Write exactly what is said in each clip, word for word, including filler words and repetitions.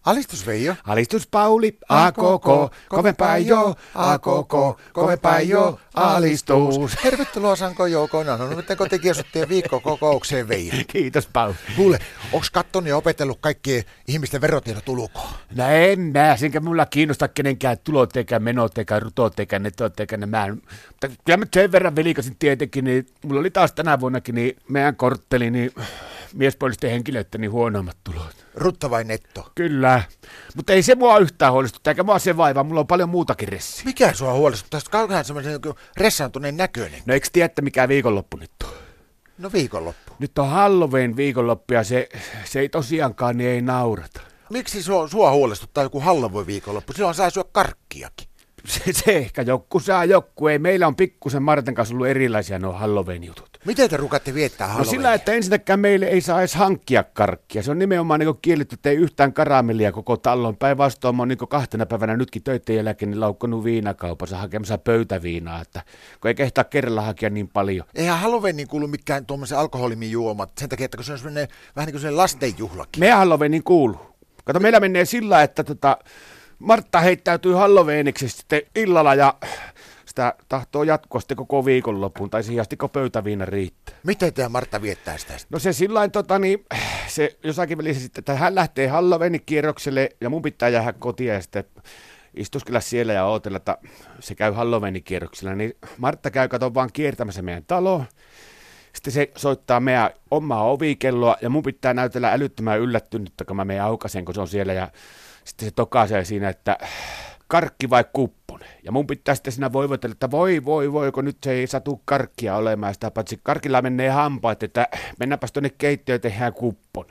Alistus Veijo. Alistus Pauli, a koko, kovempaa jo, a koko, kovempaa jo, alistus. Tervetuloa Sanko Joukoon, no nyt kotikiesuttien viikkokokoukseen Veijo. Kiitos Pauli. Kuule, onks kattonut ja opetellut kaikkien ihmisten verotiedot ulkoa? No en mä, senkä mulla kiinnosta kenenkään tulot eikä menot eikä rutot eikä netot eikä nämä. Mutta kyllä mä sen verran velikasin tietenkin, niin mulla oli taas tänä vuonnakin niin meidän kortteli, niin miespuolisten henkilöiden niin huonommat tulot. Rutto vai netto? Kyllä, mutta ei se mua yhtään huolestuttaa, eikä mua se vaivaa, mulla on paljon muutakin ressiä. Mikä sua huolestuttaa? Kaukaan semmoisen ressaantuneen näköinen. No eikö tiedä, mikä viikonloppu nyt on? No viikonloppu. Nyt on Halloween viikonloppu ja se, se ei tosiaankaan, niin ei naurata. Miksi sua, sua huolestuttaa joku Halloween viikonloppu? Silloin saa syö karkkiakin. Se, se ehkä joku saa joku, ei. Meillä on pikkusen Marten kanssa ollut erilaisia nuo Halloween-jutut. Miten te rukatte viettää Halloween? No sillä, että ensinnäkään meille ei saa edes hankkia karkkia. Se on nimenomaan niin kielletty, että ei yhtään karamellia koko tallon. Päinvastoin mä oon niin kahtena päivänä nytkin töiden jälkeen niin laukkonut viinakaupassa hakemassa pöytäviinaa, että kun ei kehtaa kerralla hakea niin paljon. Eihän Halloweeniin kuulu mikään tuommoisen alkoholimin juomat, sen takia, että kun se on semmoinen vähän niin kuin se lastenjuhlakin. Meidän Halloweeniin kuuluu. Kato, meillä menee sillä, että tota, Martta heittäytyy Halloweeniksi sitten illalla ja sitä tahtoo jatkua sitten koko viikonloppuun, tai siihen asti kun pöytäviina riittää. Miten te Martta viettää sitä? No se sillain, tota, niin, se jossakin välissä sitten, että hän lähtee Halloweenin kierrokselle ja mun pitää jäädä kotiin ja sitten istuskella siellä ja ootella, että se käy Halloweenin kierroksella. Niin Martta käy kato vaan kiertämässä meidän taloa. Sitten se soittaa meidän omaa ovikelloa ja mun pitää näytellä älyttömän yllättynyt, kun mä menen aukasen, kun se on siellä. Ja sitten se tokaisee siinä, että karkki vai kupponen. Ja mun pitää sitten siinä voivotella, että voi, voi, voi, kun nyt se ei satu karkkia olemaan. Sitä paitsi karkilla menee hampaat, että mennäänpäs tuonne keittiöön ja tehdään kupponen.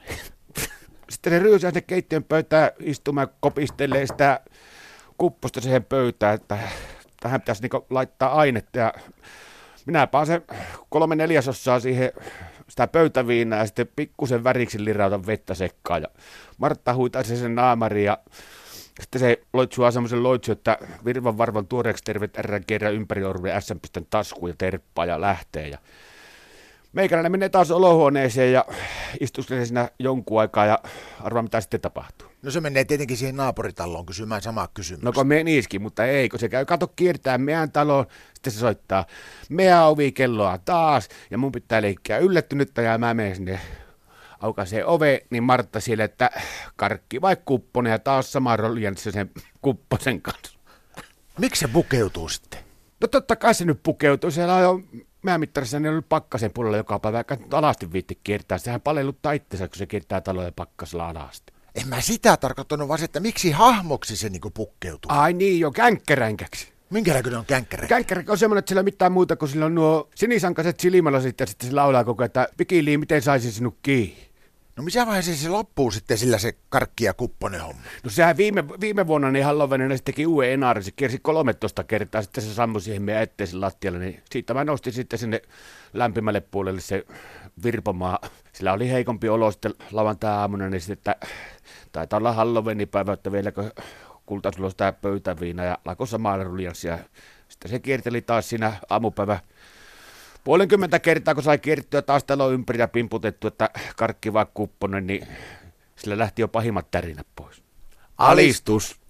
Sitten se ryysää sinne keittiön pöytään istumaan ja kopistelee sitä kupposta siihen pöytään, että tähän pitäisi niinku laittaa ainetta. Ja minä pääsen kolme neljäsosaa siihen sitä pöytäviinaa ja sitten pikkusen väriksi lirautan vettä sekkaan. Ja Martta huitaisi sen naamariin ja sitten se loitsua semmoisen loitsu, että virvan varvan tuoreeksi tervet R kerran ympäri orvien S M-pisten taskuun ja terppaa ja lähtee. Ja meikäläinen menee taas olohuoneeseen ja istuskelee siinä jonkun aikaa ja arvaa mitä sitten tapahtuu. No se menee tietenkin siihen naapuritalloon kysymään samaa kysymystä. No kun meniskin, mutta ei, kun se käy, kato kiertää meidän taloon, sitten se soittaa meidän ovikelloa taas ja mun pitää leikkiä yllättynyttä ja mä menen sinne aukaisee ove, niin Martta siellä, että karkki vai kupponen ja taas sama roljanssi sen kupposen kanssa. Miksi se pukeutuu sitten? No totta kai se nyt pukeutuu, siellä on jo mämittarissa, ne on ollut pakkasen puolella joka päivä, eikä nyt alasti viitti kiertää, sehän palelluttaa itsensä, kun se kiertää taloja pakkasella alasti. En mä sitä tarkoittanut, vaan että miksi hahmoksi se niinku pukkeutuu? Ai niin jo, känkkäränkäksi. Minkä näköinen on känkkärä? Känkkärä on semmoinen, että sillä ei ole mitään muuta kuin sillä on nuo sinisankaiset silmälasit ja sitten se laulaa koko ajan, että Pikiliin, miten saisin sinut kiinni? No missä vaiheessa se loppuu sitten sillä se karkki ja kupponen homma? No sehän viime, viime vuonna niin Halloweenina sitten teki uuden enaarin, se kiersi kolmetoista kertaa, sitten se sammui siihen meidän etteisen lattialle, niin siitä mä nostin sitten sinne lämpimälle puolelle se virpomaa. Sillä oli heikompi olo sitten lauantai-aamuna, niin sitten, että taitaa olla Halloweenin päivä, että vieläkö kultaisi ulos tämä pöytäviina ja lako samaa ruljanssia. Sitten se kierteli taas siinä aamupäivä puolenkymmentä kertaa, kun sai kiertyä taas talon ympäri ja pimputettu, että karkki vai kupponen, niin sillä lähti jo pahimmat tärinät pois. Alistus!